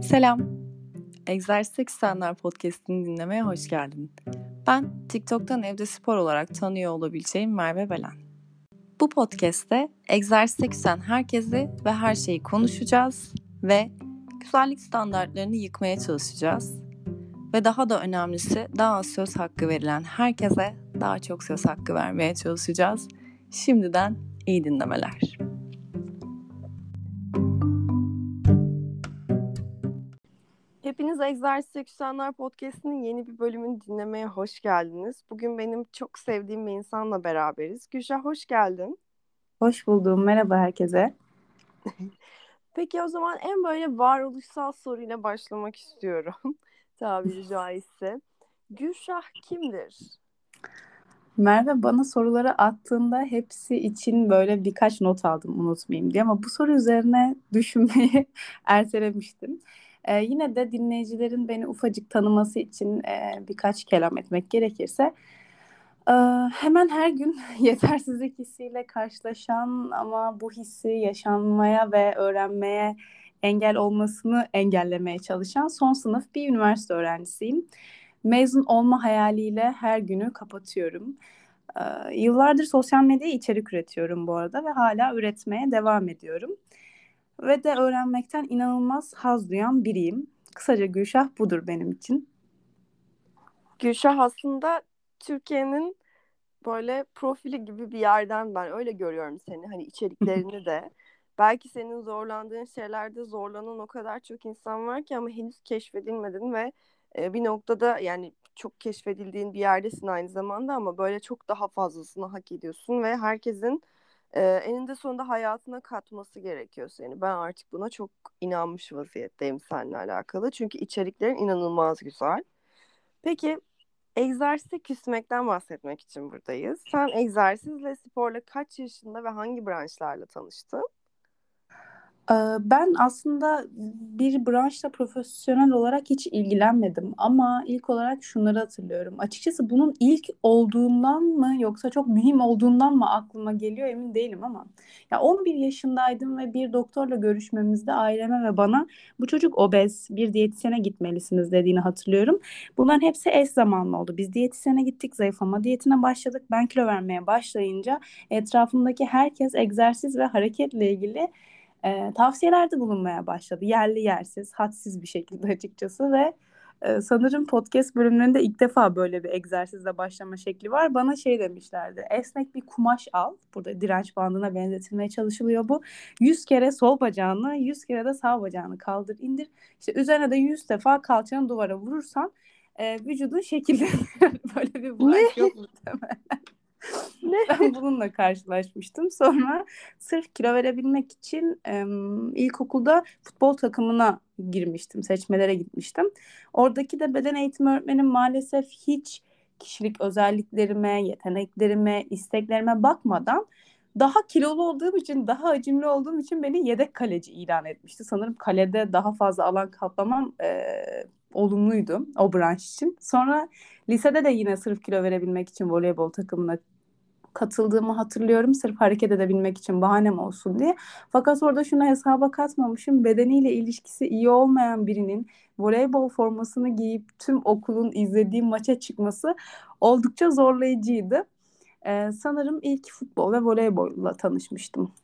Selam. Egzersiz Eksenler Podcast'ini dinlemeye hoş geldin. Ben TikTok'tan evde spor olarak tanıyor olabileceğim Merve Belen. Bu podcast'te egzersize küsen herkesi ve her şeyi konuşacağız ve güzellik standartlarını yıkmaya çalışacağız. Ve daha da önemlisi daha az söz hakkı verilen herkese daha çok söz hakkı vermeye çalışacağız. Şimdiden iyi dinlemeler. Hepiniz Egzersiz Eksenler Podcast'inin yeni bir bölümünü dinlemeye hoş geldiniz. Bugün benim çok sevdiğim bir insanla beraberiz. Gülşah, hoş geldin. Hoş buldum. Merhaba herkese. Peki o zaman en böyle varoluşsal soruyla başlamak istiyorum. Tabiri caizse. Gülşah kimdir? Merve bana soruları attığında hepsi için böyle birkaç not aldım unutmayayım diye ama bu soru üzerine düşünmeyi ertelemiştim. Yine de dinleyicilerin beni ufacık tanıması için birkaç kelam etmek gerekirse e, hemen her gün yetersizlik hissiyle karşılaşan ama bu hissi yaşanmaya ve öğrenmeye engel olmasını engellemeye çalışan son sınıf bir üniversite öğrencisiyim. Mezun olma hayaliyle her günü kapatıyorum. Yıllardır sosyal medyaya içerik üretiyorum bu arada ve hala üretmeye devam ediyorum. Ve de öğrenmekten inanılmaz haz duyan biriyim. Kısaca Gülşah budur benim için. Gülşah aslında Türkiye'nin böyle profili gibi bir yerden ben öyle görüyorum seni. Hani içeriklerini de. Belki senin zorlandığın şeylerde zorlanan o kadar çok insan var ki ama henüz keşfedilmedin ve bir noktada yani çok keşfedildiğin bir yerdesin aynı zamanda ama böyle çok daha fazlasını hak ediyorsun ve herkesin eninde sonunda hayatına katması gerekiyor seni. Ben artık buna çok inanmış vaziyetteyim seninle alakalı. Çünkü içeriklerin inanılmaz güzel. Peki egzersize küsmekten bahsetmek için buradayız. Sen egzersizle, sporla kaç yaşında ve hangi branşlarla tanıştın? Ben aslında bir branşla profesyonel olarak hiç ilgilenmedim ama ilk olarak şunları hatırlıyorum. Açıkçası bunun ilk olduğundan mı yoksa çok mühim olduğundan mı aklıma geliyor emin değilim ama ya 11 yaşındaydım ve bir doktorla görüşmemizde aileme ve bana bu çocuk obez, bir diyetisyene gitmelisiniz dediğini hatırlıyorum. Bunların hepsi eş zamanlı oldu. Biz diyetisyene gittik, zayıflama diyetine başladık. Ben kilo vermeye başlayınca etrafımdaki herkes egzersiz ve hareketle ilgili tavsiyelerde bulunmaya başladı. Yerli yersiz, hadsiz bir şekilde açıkçası ve sanırım podcast bölümlerinde ilk defa böyle bir egzersizle başlama şekli var. Bana şey demişlerdi. Esnek bir kumaş al. Burada direnç bandına benzetilmeye çalışılıyor bu. 100 kere sol bacağını, 100 kere de sağ bacağını kaldır, indir. İşte üzerine de 100 defa kalçanı duvara vurursan vücudun şekillenir. Böyle bir Ne? branş yok muhtemelen. Ne? Ben bununla karşılaşmıştım. Sonra sırf kilo verebilmek için ilkokulda futbol takımına girmiştim. Seçmelere gitmiştim. Oradaki de beden eğitimi öğretmenim maalesef hiç kişilik özelliklerime, yeteneklerime, isteklerime bakmadan daha kilolu olduğum için, daha hacimli olduğum için beni yedek kaleci ilan etmişti. Sanırım kalede daha fazla alan kaplamam olumluydu o branş için. Sonra lisede de yine sırf kilo verebilmek için voleybol takımına katıldığımı hatırlıyorum. Sırf hareket edebilmek için bahanem olsun diye. Fakat orada şunu hesaba katmamışım. Bedeniyle ilişkisi iyi olmayan birinin voleybol formasını giyip tüm okulun izlediği maça çıkması oldukça zorlayıcıydı. Sanırım ilk futbol ve voleybolla tanışmıştım.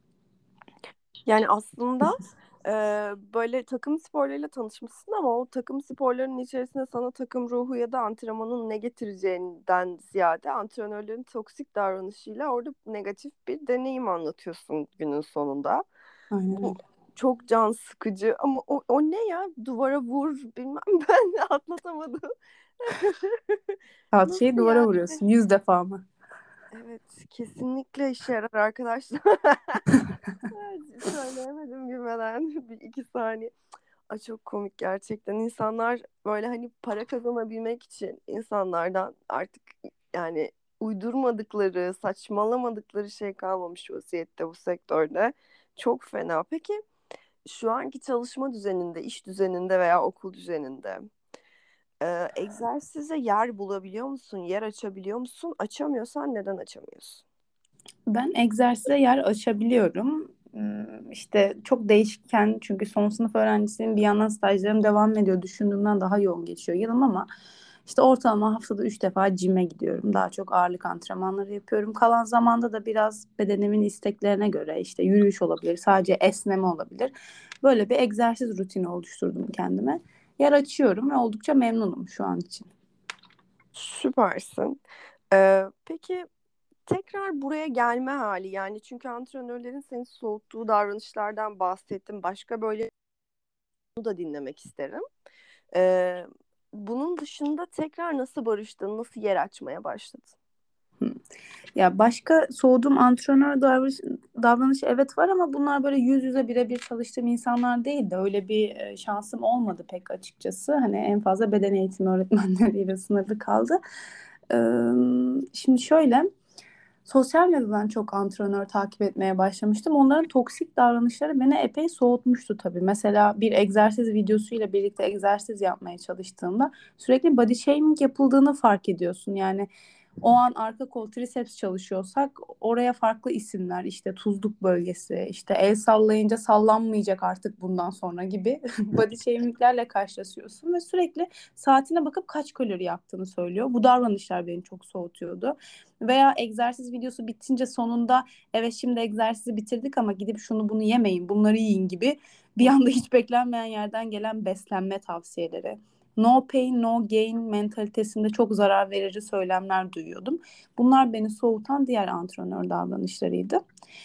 Yani aslında böyle takım sporlarıyla tanışmışsın ama o takım sporlarının içerisinde sana takım ruhu ya da antrenmanın ne getireceğinden ziyade antrenörlerin toksik davranışıyla orada negatif bir deneyim anlatıyorsun günün sonunda. Aynen Bu öyle. çok can sıkıcı ama o ne ya, duvara vur bilmem, ben de atlatamadım. Kalçayı Nasıl duvara yani? vuruyorsun 100 defa mı? Evet, kesinlikle işe yarar arkadaşlar. Evet, söyleyemedim gülmeden bir iki saniye. Ay, çok komik gerçekten. İnsanlar böyle hani para kazanabilmek için insanlardan artık yani uydurmadıkları, saçmalamadıkları şey kalmamış vaziyette bu sektörde. Çok fena. Peki şu anki çalışma düzeninde, iş düzeninde veya okul düzeninde egzersize yer bulabiliyor musun? Yer açabiliyor musun? Açamıyorsan neden açamıyorsun? Ben egzersize yer açabiliyorum. işte çok değişken, çünkü son sınıf öğrencisiyim, bir yandan stajlarım devam ediyor. Düşündüğümden daha yoğun geçiyor yılım ama işte ortalama haftada 3 defa cime gidiyorum. Daha çok ağırlık antrenmanları yapıyorum. Kalan zamanda da biraz bedenimin isteklerine göre işte yürüyüş olabilir, sadece esneme olabilir. Böyle bir egzersiz rutini oluşturdum kendime. Yer açıyorum ve oldukça memnunum şu an için. Süpersin. Peki tekrar buraya gelme hali, yani çünkü antrenörlerin seni soğuttuğu davranışlardan bahsettim. Başka böyle bunu da dinlemek isterim. Ee, Bunun dışında tekrar nasıl barıştın, nasıl yer açmaya başladın? Ya başka soğuduğum antrenör davranışı evet var ama bunlar böyle yüz yüze birebir çalıştığım insanlar değil de öyle bir şansım olmadı pek açıkçası. Hani en fazla beden eğitimi öğretmenleriyle sınırlı kaldı. Ee, Şimdi şöyle, sosyal medyadan çok antrenör takip etmeye başlamıştım. Onların toksik davranışları beni epey soğutmuştu tabii. Mesela bir egzersiz videosuyla birlikte egzersiz yapmaya çalıştığımda sürekli body shaming yapıldığını fark ediyorsun. Yani o an arka kol triceps çalışıyorsak oraya farklı isimler, işte tuzluk bölgesi, işte el sallayınca sallanmayacak artık bundan sonra gibi body shaminglerle karşılaşıyorsun ve sürekli saatine bakıp kaç kalori yaktığını söylüyor. Bu davranışlar beni çok soğutuyordu. Veya egzersiz videosu bitince sonunda evet şimdi egzersizi bitirdik ama gidip şunu bunu yemeyin, bunları yiyin gibi bir anda hiç beklenmeyen yerden gelen beslenme tavsiyeleri. No pain, no gain mentalitesinde çok zarar verici söylemler duyuyordum. Bunlar beni soğutan diğer antrenör davranışlarıydı.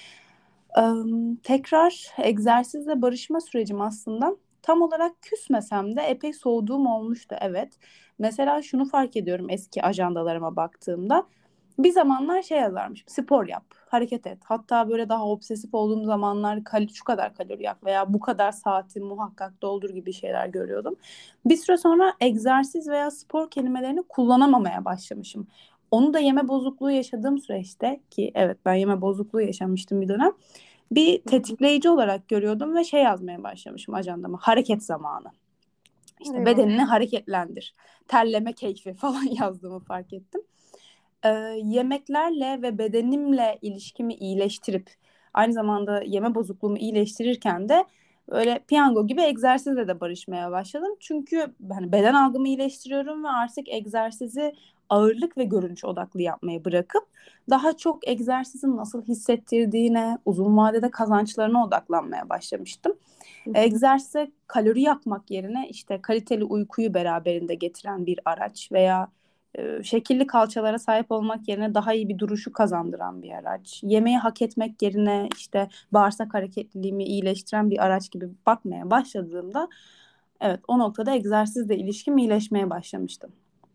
Tekrar egzersizle barışma sürecim aslında tam olarak küsmesem de epey soğuduğum olmuştu, evet. Mesela şunu fark ediyorum eski ajandalarıma baktığımda. Bir zamanlar şey yazarmış: spor yap, hareket et. Hatta böyle daha obsesif olduğum zamanlar şu kadar kalori yak veya bu kadar saati muhakkak doldur gibi şeyler görüyordum. Bir süre sonra egzersiz veya spor kelimelerini kullanamamaya başlamışım. Onu da yeme bozukluğu yaşadığım süreçte, ki evet ben yeme bozukluğu yaşamıştım bir dönem, bir tetikleyici olarak görüyordum ve şey yazmaya başlamışım ajandama: hareket zamanı. İşte Eyvah. bedenini hareketlendir, terleme keyfi falan yazdığımı fark ettim. Ee, Yemeklerle ve bedenimle ilişkimi iyileştirip aynı zamanda yeme bozukluğumu iyileştirirken de öyle piyango gibi egzersizle de barışmaya başladım. Çünkü hani beden algımı iyileştiriyorum ve artık egzersizi ağırlık ve görünüş odaklı yapmayı bırakıp daha çok egzersizin nasıl hissettirdiğine, uzun vadede kazançlarına odaklanmaya başlamıştım. Egzersize kalori yakmak yerine işte kaliteli uykuyu beraberinde getiren bir araç veya şekilli kalçalara sahip olmak yerine daha iyi bir duruşu kazandıran bir araç. Yemeği hak etmek yerine işte bağırsak hareketliliğimi iyileştiren bir araç gibi bakmaya başladığımda evet, o noktada egzersizle ilişkim iyileşmeye başlamıştım.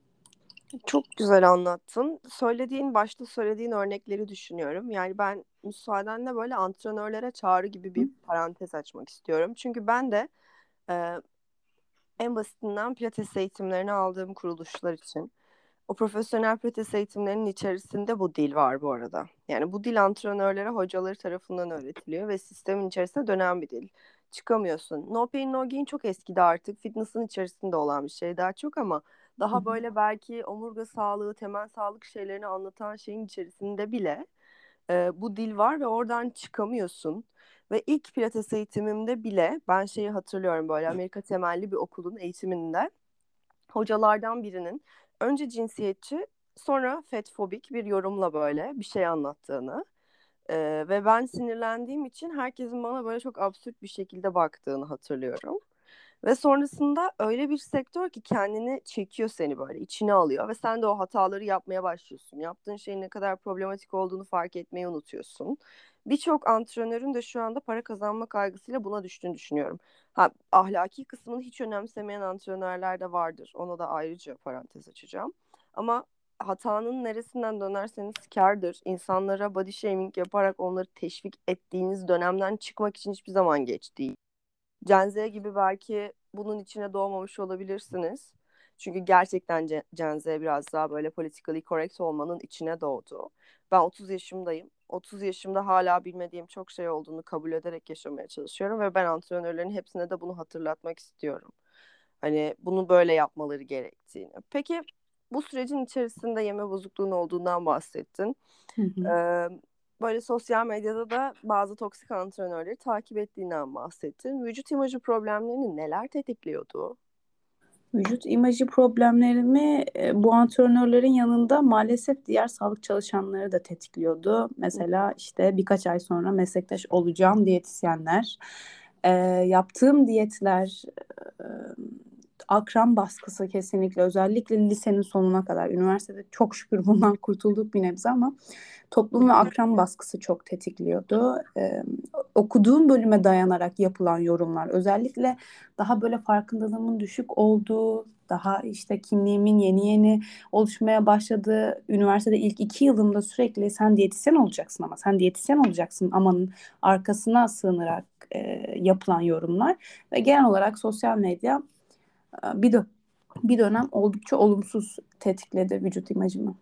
Çok güzel anlattın. Başta söylediğin örnekleri düşünüyorum. Yani ben müsaadenle böyle antrenörlere çağrı gibi bir parantez açmak istiyorum. Çünkü ben de e, en basitinden pilates eğitimlerini aldığım kuruluşlar için o profesyonel pilates eğitimlerinin içerisinde bu dil var bu arada. Yani bu dil antrenörlere hocaları tarafından öğretiliyor ve sistemin içerisinde dönen bir dil. Çıkamıyorsun. No pain no gain çok eskidi artık. Fitness'ın içerisinde olan bir şey daha çok ama daha böyle belki omurga sağlığı, temel sağlık şeylerini anlatan şeyin içerisinde bile bu dil var ve oradan çıkamıyorsun. Ve ilk pilates eğitimimde bile ben şeyi hatırlıyorum, böyle Amerika temelli bir okulun eğitiminde hocalardan birinin önce cinsiyetçi sonra fetfobik bir yorumla böyle bir şey anlattığını ve ben sinirlendiğim için herkesin bana böyle çok absürt bir şekilde baktığını hatırlıyorum. Ve sonrasında öyle bir sektör ki kendini çekiyor, seni böyle içine alıyor ve sen de o hataları yapmaya başlıyorsun. Yaptığın şeyin ne kadar problematik olduğunu fark etmeyi unutuyorsun. Birçok antrenörün de şu anda para kazanma kaygısıyla buna düştüğünü düşünüyorum. Ha, ahlaki kısmını hiç önemsemeyen antrenörler de vardır. Ona da ayrıca parantez açacağım. Ama hatanın neresinden dönerseniz kârdır. İnsanlara body shaming yaparak onları teşvik ettiğiniz dönemden çıkmak için hiçbir zaman geç değil. Gen Z gibi belki bunun içine doğmamış olabilirsiniz. Çünkü gerçekten Gen Z biraz daha böyle politically correct olmanın içine doğdu. Ben 30 yaşımdayım. 30 yaşımda hala bilmediğim çok şey olduğunu kabul ederek yaşamaya çalışıyorum ve ben antrenörlerin hepsine de bunu hatırlatmak istiyorum. Hani bunu böyle yapmaları gerektiğini. Peki bu sürecin içerisinde yeme bozukluğun olduğundan bahsettin. Hı hı. Ee, böyle sosyal medyada da bazı toksik antrenörleri takip ettiğinden bahsettin. Vücut imajı problemlerini neler tetikliyordu? Vücut imajı problemlerimi bu antrenörlerin yanında maalesef diğer sağlık çalışanları da tetikliyordu. Mesela işte birkaç ay sonra meslektaş olacağım diyetisyenler, yaptığım diyetler, e, akran baskısı kesinlikle özellikle lisenin sonuna kadar. Üniversitede çok şükür bundan kurtulduk bir nebze ama toplum ve akran baskısı çok tetikliyordu. Okuduğum bölüme dayanarak yapılan yorumlar özellikle daha böyle farkındalığımın düşük olduğu, daha işte kimliğimin yeni yeni oluşmaya başladığı üniversitede ilk 2 yılımda sürekli sen diyetisyen olacaksın ama sen diyetisyen olacaksın amanın arkasına sığınarak yapılan yorumlar ve genel olarak sosyal medya bir, bir dönem oldukça olumsuz tetikledi vücut imajımı.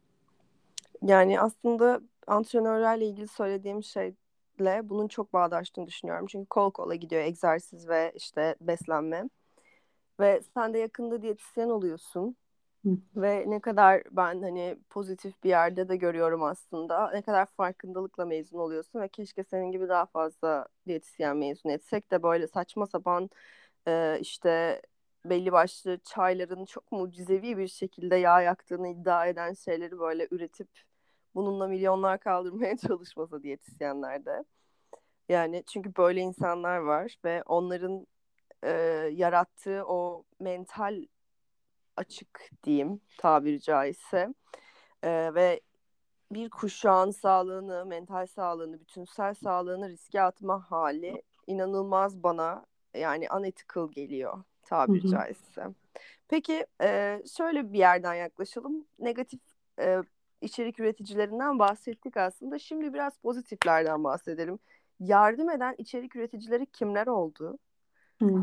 Yani aslında antrenörlerle ilgili söylediğim şeyle bunun çok bağdaştığını düşünüyorum. Çünkü kol kola gidiyor egzersiz ve işte beslenme. Ve sen de yakında diyetisyen oluyorsun. Hı. Ve ne kadar ben hani pozitif bir yerde de görüyorum aslında. Ne kadar farkındalıkla mezun oluyorsun ve keşke senin gibi daha fazla diyetisyen mezun etsek de böyle saçma sapan işte belli başlı çayların çok mucizevi bir şekilde yağ yaktığını iddia eden şeyleri böyle üretip bununla milyonlar kaldırmaya çalışmasa diyetisyenler de. Yani çünkü böyle insanlar var ve onların e, yarattığı o mental açık diyeyim tabiri caizse ve bir kuşağın sağlığını, mental sağlığını, bütünsel sağlığını riske atma hali inanılmaz bana yani unethical geliyor Hı tabiri hı. caizse. Peki şöyle bir yerden yaklaşalım. Negatif e, içerik üreticilerinden bahsettik aslında. Şimdi biraz pozitiflerden bahsedelim. Yardım eden içerik üreticileri kimler oldu? Hı.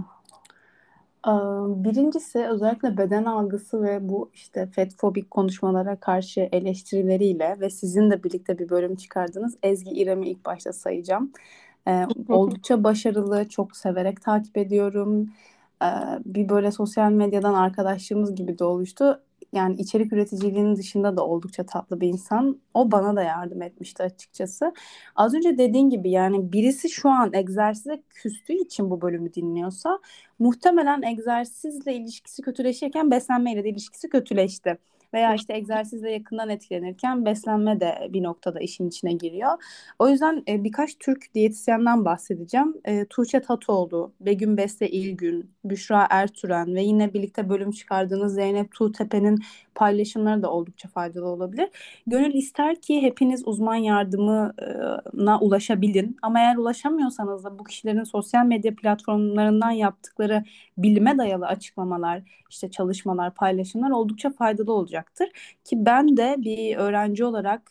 Birincisi özellikle beden algısı ve bu işte fetfobik konuşmalara karşı eleştirileriyle ve sizin de birlikte bir bölüm çıkardınız. Ezgi İrem'i ilk başta sayacağım. Oldukça başarılı, çok severek takip ediyorum. Ee, Bir böyle sosyal medyadan arkadaşlığımız gibi de oluştu. Yani içerik üreticiliğinin dışında da oldukça tatlı bir insan. O bana da yardım etmişti açıkçası. Az önce dediğin gibi yani birisi şu an egzersize küstüğü için bu bölümü dinliyorsa muhtemelen egzersizle ilişkisi kötüleşirken beslenmeyle de ilişkisi kötüleşti. Veya işte egzersizle yakından etkilenirken beslenme de bir noktada işin içine giriyor. O yüzden birkaç Türk diyetisyenden bahsedeceğim. Tuğçe Tatoğlu, Begüm Beste İlgün, Büşra Ertüren ve yine birlikte bölüm çıkardığınız Zeynep Tuğtepe'nin paylaşımları da oldukça faydalı olabilir. Gönül ister ki hepiniz uzman yardımına ulaşabilin. Ama eğer ulaşamıyorsanız da bu kişilerin sosyal medya platformlarından yaptıkları bilime dayalı açıklamalar, işte çalışmalar, paylaşımlar oldukça faydalı olacaktır. Ki ben de bir öğrenci olarak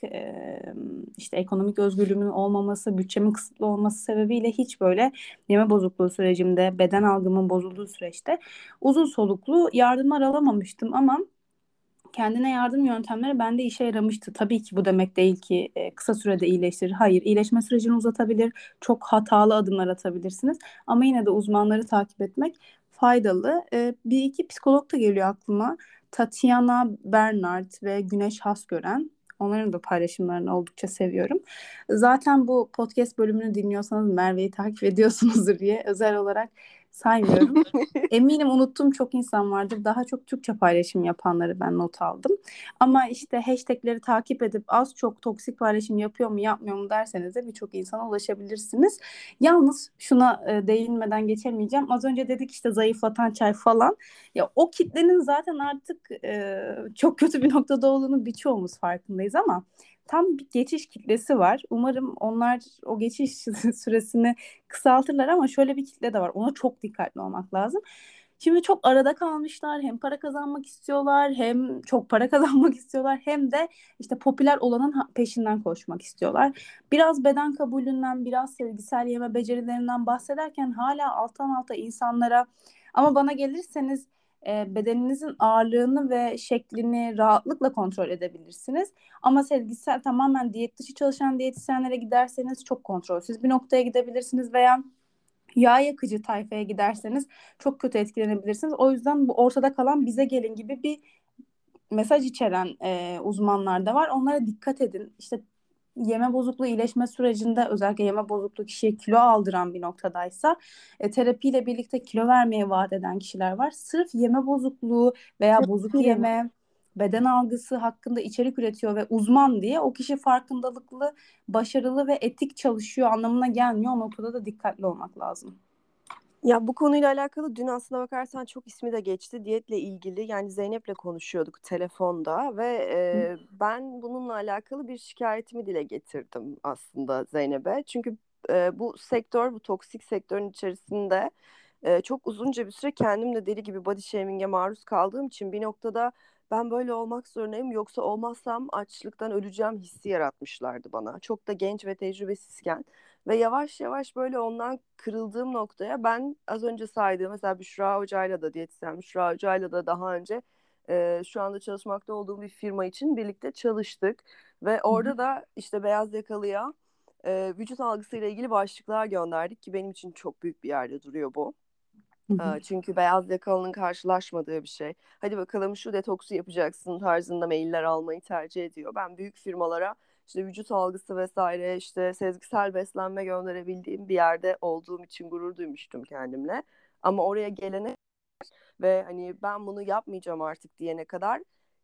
işte ekonomik özgürlüğümün olmaması, bütçemin kısıtlı olması sebebiyle hiç böyle yeme bozukluğu sürecimde, beden algımın bozulduğu süreçte uzun soluklu yardımlar alamamıştım ama kendine yardım yöntemleri bende işe yaramıştı. Tabii ki bu demek değil ki kısa sürede iyileştirir. Hayır, iyileşme sürecini uzatabilir. Çok hatalı adımlar atabilirsiniz. Ama yine de uzmanları takip etmek faydalı. Bir iki psikolog da geliyor aklıma. Tatiana Bernard ve Güneş Hasgören. Onların da paylaşımlarını oldukça seviyorum. Zaten bu podcast bölümünü dinliyorsanız Merve'yi takip ediyorsunuzdur diye özel olarak saymıyorum. Eminim unuttuğum çok insan vardır. Daha çok Türkçe paylaşım yapanları ben not aldım. Ama işte hashtagleri takip edip az çok toksik paylaşım yapıyor mu yapmıyor mu derseniz de birçok insana ulaşabilirsiniz. Yalnız şuna değinmeden geçemeyeceğim. Az önce dedik işte zayıflatan çay falan. Ya o kitlenin zaten artık çok kötü bir noktada olduğunu birçoğumuz farkındayız ama tam bir geçiş kitlesi var. Umarım onlar o geçiş süresini kısaltırlar ama şöyle bir kitle de var. Ona çok dikkatli olmak lazım. Şimdi çok arada kalmışlar. Hem para kazanmak istiyorlar, hem çok para kazanmak istiyorlar, hem de işte popüler olanın peşinden koşmak istiyorlar. Biraz beden kabulünden, biraz sevgisel yeme becerilerinden bahsederken hala alttan alta insanlara ama bana gelirseniz bedeninizin ağırlığını ve şeklini rahatlıkla kontrol edebilirsiniz. Ama sevgisel tamamen diyet dışı çalışan diyetisyenlere giderseniz çok kontrolsüz bir noktaya gidebilirsiniz veya yağ yakıcı tayfaya giderseniz çok kötü etkilenebilirsiniz. O yüzden bu ortada kalan bize gelin gibi bir mesaj içeren uzmanlar da var. Onlara dikkat edin. İşte yeme bozukluğu iyileşme sürecinde özellikle yeme bozukluğu kişiye kilo aldıran bir noktadaysa terapiyle birlikte kilo vermeye vaat eden kişiler var. Sırf yeme bozukluğu veya bozuk Yeme. yeme, beden algısı hakkında içerik üretiyor ve uzman diye o kişi farkındalıklı, başarılı ve etik çalışıyor anlamına gelmiyor. O noktada da dikkatli olmak lazım. Ya bu konuyla alakalı dün aslına bakarsan çok ismi de geçti diyetle ilgili. Yani Zeynep'le konuşuyorduk telefonda ve ben bununla alakalı bir şikayetimi dile getirdim aslında Zeynep'e. Çünkü bu sektör, bu toksik sektörün içerisinde çok uzunca bir süre kendim de deli gibi body shaming'e maruz kaldığım için bir noktada ben böyle olmak zorundayım yoksa olmazsam açlıktan öleceğim hissi yaratmışlardı bana. Çok da genç ve tecrübesizken. Ve yavaş yavaş böyle ondan kırıldığım noktaya ben az önce saydığım mesela Büşra Hoca'yla da diyetisyen Büşra Hoca'yla da daha önce şu anda çalışmakta olduğum bir firma için birlikte çalıştık. Ve orada da işte beyaz yakalıya vücut algısıyla ilgili başlıklar gönderdik ki benim için çok büyük bir yerde duruyor bu. Çünkü beyaz yakalının karşılaşmadığı bir şey. Hadi bakalım şu detoksu yapacaksın tarzında mailler almayı tercih ediyor. Ben büyük firmalara işte vücut algısı vesaire işte sezgisel beslenme gönderebildiğim bir yerde olduğum için gurur duymuştum kendimle. Ama oraya gelene ve hani ben bunu yapmayacağım artık diyene kadar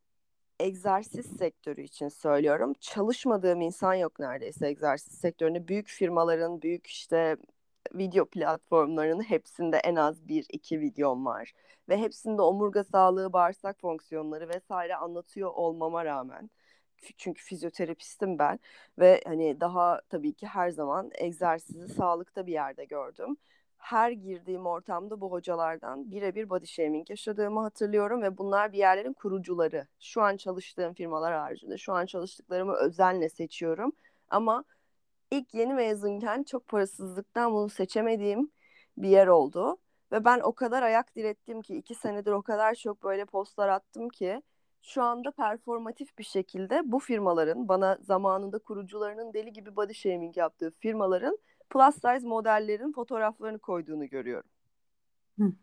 egzersiz sektörü için söylüyorum. Çalışmadığım insan yok neredeyse egzersiz sektöründe. Büyük firmaların, büyük işte video platformlarının hepsinde en az bir iki videom var. Ve hepsinde omurga sağlığı, bağırsak fonksiyonları vesaire anlatıyor olmama rağmen. Çünkü fizyoterapistim ben ve hani daha tabii ki her zaman egzersizi sağlıkta bir yerde gördüm. Her girdiğim ortamda bu hocalardan birebir body shaming yaşadığımı hatırlıyorum ve bunlar bir yerlerin kurucuları. Şu an çalıştığım firmalar haricinde şu an çalıştıklarımı özenle seçiyorum ama İlk yeni mezunken çok parasızlıktan bunu seçemediğim bir yer oldu. Ve ben o kadar ayak direttim ki 2 senedir o kadar çok böyle postlar attım ki şu anda performatif bir şekilde bu firmaların bana zamanında kurucularının deli gibi body shaming yaptığı firmaların plus size modellerin fotoğraflarını koyduğunu görüyorum. Hı.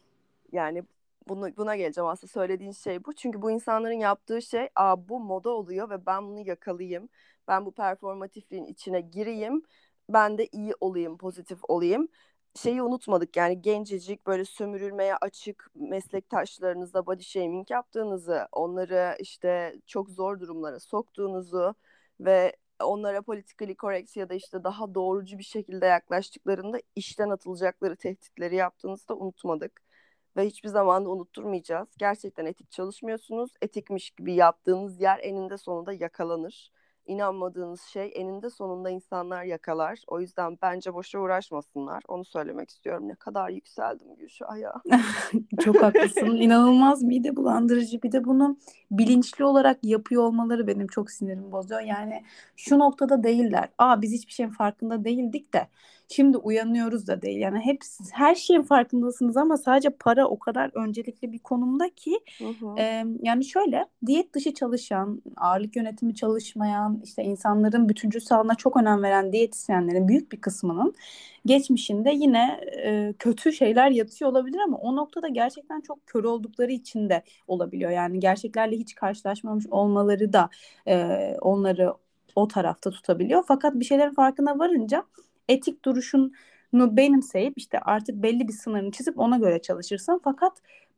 Yani buna geleceğim aslında söylediğin şey bu. Çünkü bu insanların yaptığı şey bu moda oluyor ve ben bunu yakalayayım. Ben bu performatifliğin içine gireyim. Ben de iyi olayım, pozitif olayım. Şeyi unutmadık yani gencecik böyle sömürülmeye açık meslektaşlarınızla body shaming yaptığınızı, onları işte çok zor durumlara soktuğunuzu ve onlara politically correct ya da işte daha doğrucu bir şekilde yaklaştıklarında işten atılacakları tehditleri yaptığınızı da unutmadık. Ve hiçbir zaman da unutturmayacağız. Gerçekten etik çalışmıyorsunuz. Etikmiş gibi yaptığınız yer eninde sonunda yakalanır. İnanmadığınız şey eninde sonunda insanlar yakalar. O yüzden bence boşa uğraşmasınlar. Onu söylemek istiyorum. Ne kadar yükseldim Gülşah ya. Çok haklısın. İnanılmaz mide bulandırıcı. Bir de bunu bilinçli olarak yapıyor olmaları benim çok sinirimi bozuyor. Yani şu noktada değiller. Biz hiçbir şeyin farkında değildik de şimdi uyanıyoruz da değil. Yani her şeyin farkındasınız ama sadece para o kadar öncelikli bir konumda ki Hı hı. yani şöyle diyet dışı çalışan, ağırlık yönetimi çalışmayan, işte insanların bütüncül sağlığına çok önem veren diyetisyenlerin büyük bir kısmının geçmişinde yine kötü şeyler yatıyor olabilir ama o noktada gerçekten çok kör oldukları için de olabiliyor. Yani gerçeklerle hiç karşılaşmamış olmaları da onları o tarafta tutabiliyor. Fakat bir şeylerin farkına varınca etik duruşunu benimseyip işte artık belli bir sınırını çizip ona göre çalışırsın. Fakat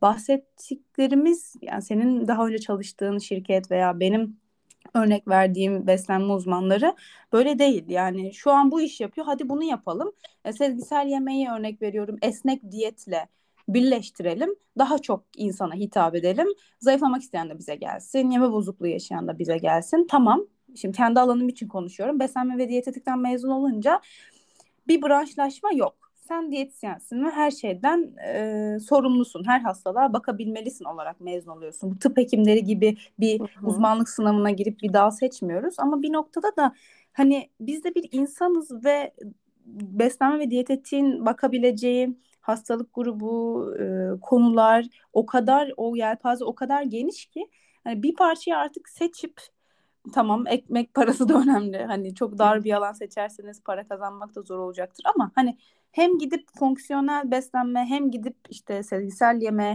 bahsettiklerimiz yani senin daha önce çalıştığın şirket veya benim örnek verdiğim beslenme uzmanları böyle değil. Yani şu an bu iş yapıyor. Hadi bunu yapalım. Sezgisel yemeği örnek veriyorum. Esnek diyetle birleştirelim. Daha çok insana hitap edelim. Zayıflamak isteyen de bize gelsin. Yeme bozukluğu yaşayan da bize gelsin. Tamam. Şimdi kendi alanım için konuşuyorum. Beslenme ve diyetetikten mezun olunca bir branşlaşma yok. Sen diyetisyensin ve her şeyden sorumlusun. Her hastalığa bakabilmelisin olarak mezun oluyorsun. Bu tıp hekimleri gibi bir Hı hı. uzmanlık sınavına girip bir dal seçmiyoruz. Ama bir noktada da hani biz de bir insanız ve beslenme ve diyetetiğin bakabileceği hastalık grubu, konular o kadar o yelpaze o kadar geniş ki hani bir parçayı artık seçip tamam ekmek parası da önemli. Hani çok dar bir alan seçerseniz para kazanmak da zor olacaktır ama hani hem gidip fonksiyonel beslenme hem gidip işte sezgisel yeme hem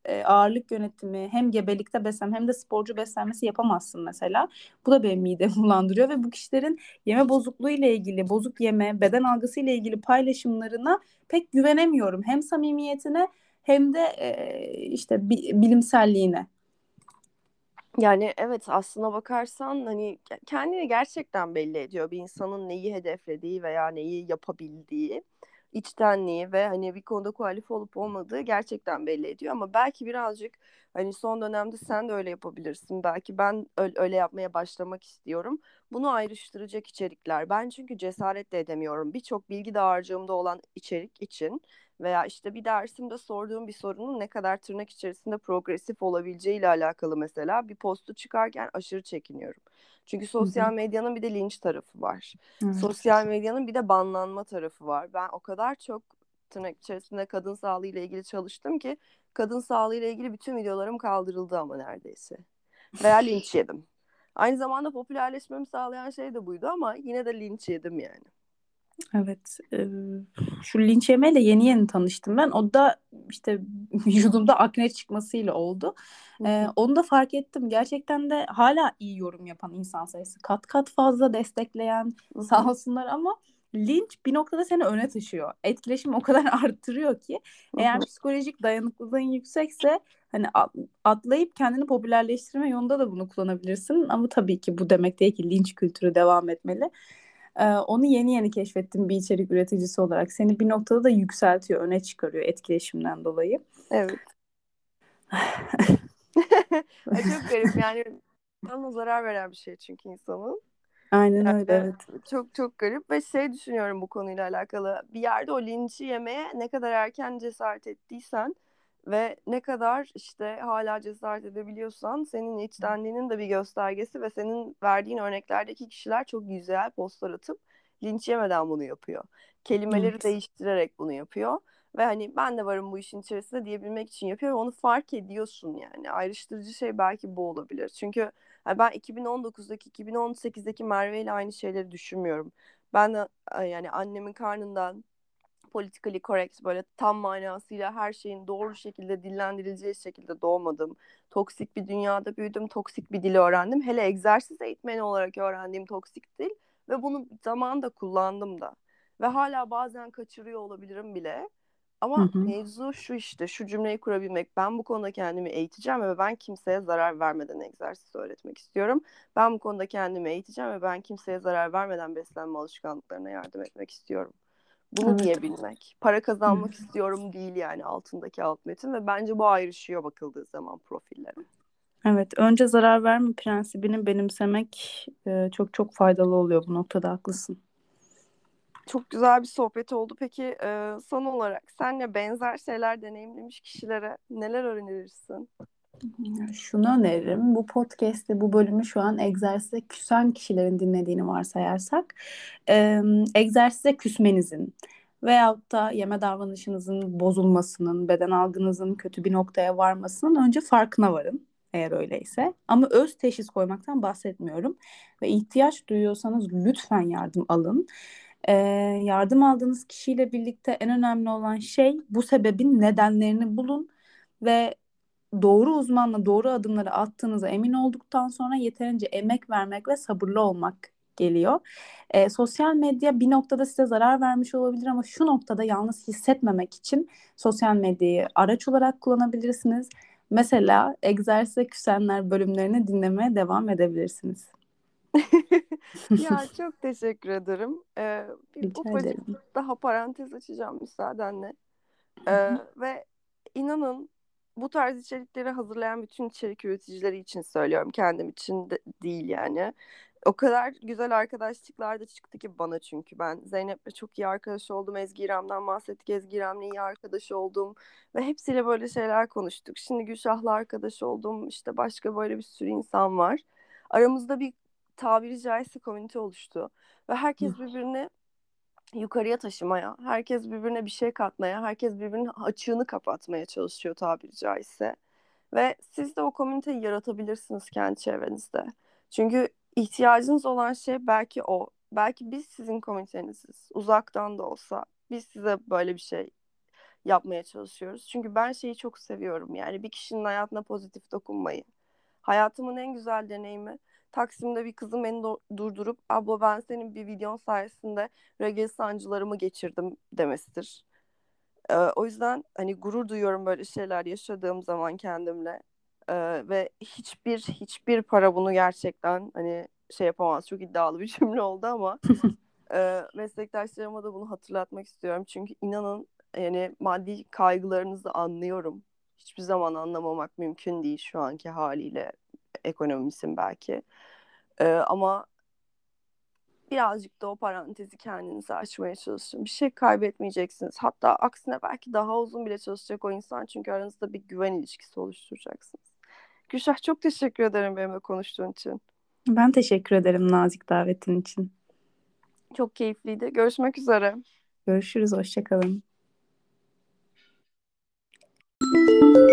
ağırlık yönetimi, hem gebelikte beslenme hem de sporcu beslenmesi yapamazsın mesela. Bu da benim midemi bulandırıyor ve bu kişilerin yeme bozukluğu ile ilgili, bozuk yeme, beden algısı ile ilgili paylaşımlarına pek güvenemiyorum. Hem samimiyetine hem de işte bilimselliğine. Yani evet, aslına bakarsan hani kendini gerçekten belli ediyor bir insanın neyi hedeflediği veya neyi yapabildiği, içtenliği ve hani bir konuda kualife olup olmadığı gerçekten belli ediyor. Ama belki birazcık hani son dönemde sen de öyle yapabilirsin. Belki ben öyle yapmaya başlamak istiyorum. Bunu ayrıştıracak içerikler. Ben çünkü cesaret de edemiyorum. Birçok bilgi dağarcığımda olan içerik için veya işte bir dersimde sorduğum bir sorunun ne kadar tırnak içerisinde progresif olabileceğiyle alakalı mesela bir postu çıkarken aşırı çekiniyorum. Çünkü Hı hı. sosyal medyanın bir de linç tarafı var. Evet. Sosyal medyanın bir de banlanma tarafı var. Ben o kadar çok tırnak içerisinde kadın sağlığı ile ilgili çalıştım ki kadın sağlığı ile ilgili bütün videolarım kaldırıldı ama neredeyse. Veya linç yedim. Aynı zamanda popülerleşmemi sağlayan şey de buydu ama yine de linç yedim yani. Evet, şu linç yemeyle yeni yeni tanıştım ben. O da işte vücudumda akne çıkmasıyla oldu. Onu da fark ettim. Gerçekten de hala iyi yorum yapan insan sayısı kat kat fazla, destekleyen sağ olsunlar, ama linç bir noktada seni öne taşıyor. Etkileşimi o kadar arttırıyor ki eğer psikolojik dayanıklılığın yüksekse hani atlayıp kendini popülerleştirme yolunda da bunu kullanabilirsin. Ama tabii ki bu demek değil ki linç kültürü devam etmeli. Onu yeni yeni keşfettim bir içerik üreticisi olarak. Seni bir noktada da yükseltiyor, öne çıkarıyor etkileşimden dolayı. Evet. Ay, çok garip yani, ona zarar veren bir şey çünkü insanın. Aynen öyle, Yani evet. çok çok garip ve şey düşünüyorum bu konuyla alakalı. Bir yerde o linçi yemeye ne kadar erken cesaret ettiysen ve ne kadar işte hala cesaret edebiliyorsan senin içtenliğinin de bir göstergesi ve senin verdiğin örneklerdeki kişiler çok güzel postlar atıp linç yemeden bunu yapıyor. Kelimeleri Evet. değiştirerek bunu yapıyor. Ve hani ben de varım bu işin içerisinde diyebilmek için yapıyor ve onu fark ediyorsun yani. Ayrıştırıcı şey belki bu olabilir. Çünkü yani ben 2019'daki, 2018'deki Merve ile aynı şeyleri düşünmüyorum. Ben de yani annemin karnından politically correct böyle tam manasıyla her şeyin doğru şekilde dillendirileceği şekilde doğmadım. Toksik bir dünyada büyüdüm, toksik bir dili öğrendim. Hele egzersiz eğitmeni olarak öğrendiğim toksik dil ve bunu zamanında kullandım da. Ve hala bazen kaçırıyor olabilirim bile. Hı Ama hı. mevzu şu, işte şu cümleyi kurabilmek. Ben bu konuda kendimi eğiteceğim ve ben kimseye zarar vermeden egzersiz öğretmek istiyorum. Ben bu konuda kendimi eğiteceğim ve ben kimseye zarar vermeden beslenme alışkanlıklarına yardım etmek istiyorum. Bunu Evet. diyebilmek. Para Hı. kazanmak istiyorum değil yani altındaki alt metin ve bence bu ayrışıyor bakıldığı zaman profillere. Evet, önce zarar verme prensibini benimsemek çok çok faydalı oluyor, bu noktada haklısın. Çok güzel bir sohbet oldu. Peki son olarak senle benzer şeyler deneyimlemiş kişilere neler öğrenirsin? Şunu öneririm. Bu podcast'te bu bölümü şu an egzersize küsen kişilerin dinlediğini varsayarsak, egzersize küsmenizin veyahut da yeme davranışınızın bozulmasının, beden algınızın kötü bir noktaya varmasının önce farkına varın, eğer öyleyse. Ama öz teşhis koymaktan bahsetmiyorum. Ve ihtiyaç duyuyorsanız lütfen yardım alın. Ee, Yardım aldığınız kişiyle birlikte en önemli olan şey, bu sebebin nedenlerini bulun ve doğru uzmanla doğru adımları attığınıza emin olduktan sonra yeterince emek vermek ve sabırlı olmak geliyor. Sosyal medya bir noktada size zarar vermiş olabilir ama şu noktada yalnız hissetmemek için sosyal medyayı araç olarak kullanabilirsiniz. Mesela Egzersize Küsenler bölümlerini dinlemeye devam edebilirsiniz. Ya çok teşekkür ederim. Bir Rica ufacık ederim. daha parantez açacağım müsaadenle. Ve inanın bu tarz içerikleri hazırlayan bütün içerik üreticileri için söylüyorum. Kendim için de değil yani. O kadar güzel arkadaşlıklar da çıktı ki bana, çünkü ben Zeynep'le çok iyi arkadaş oldum. Ezgi İrem'den bahsettik. Ezgi İrem'le iyi arkadaş oldum. Ve hepsiyle böyle şeyler konuştuk. Şimdi Gülşah'la arkadaş oldum. İşte başka böyle bir sürü insan var. Aramızda bir, tabiri caizse, komünite oluştu. Ve herkes birbirini yukarıya taşımaya, herkes birbirine bir şey katmaya, herkes birbirinin açığını kapatmaya çalışıyor tabiri caizse. Ve siz de o komüniteyi yaratabilirsiniz kendi çevrenizde. Çünkü ihtiyacınız olan şey belki o. Belki biz sizin komüniteniziz. Uzaktan da olsa biz size böyle bir şey yapmaya çalışıyoruz. Çünkü ben şeyi çok seviyorum, yani bir kişinin hayatına pozitif dokunmayı. Hayatımın en güzel deneyimi Taksim'de bir kızın beni durdurup abla ben senin bir videon sayesinde regl sancılarımı geçirdim demesidir. O yüzden hani gurur duyuyorum böyle şeyler yaşadığım zaman kendimle. Ve hiçbir para bunu gerçekten hani şey yapamaz. Çok iddialı bir cümle oldu ama meslektaşlarıma da bunu hatırlatmak istiyorum. Çünkü inanın yani maddi kaygılarınızı anlıyorum. Hiçbir zaman anlamamak mümkün değil şu anki haliyle, ekonomisin belki. Ama birazcık da o parantezi kendinize açmaya çalışın. Bir şey kaybetmeyeceksiniz. Hatta aksine belki daha uzun bile çalışacak o insan. Çünkü aranızda bir güven ilişkisi oluşturacaksınız. Gülşah, çok teşekkür ederim benimle konuştuğun için. Ben teşekkür ederim nazik davetin için. Çok keyifliydi. Görüşmek üzere. Görüşürüz, hoşça kalın.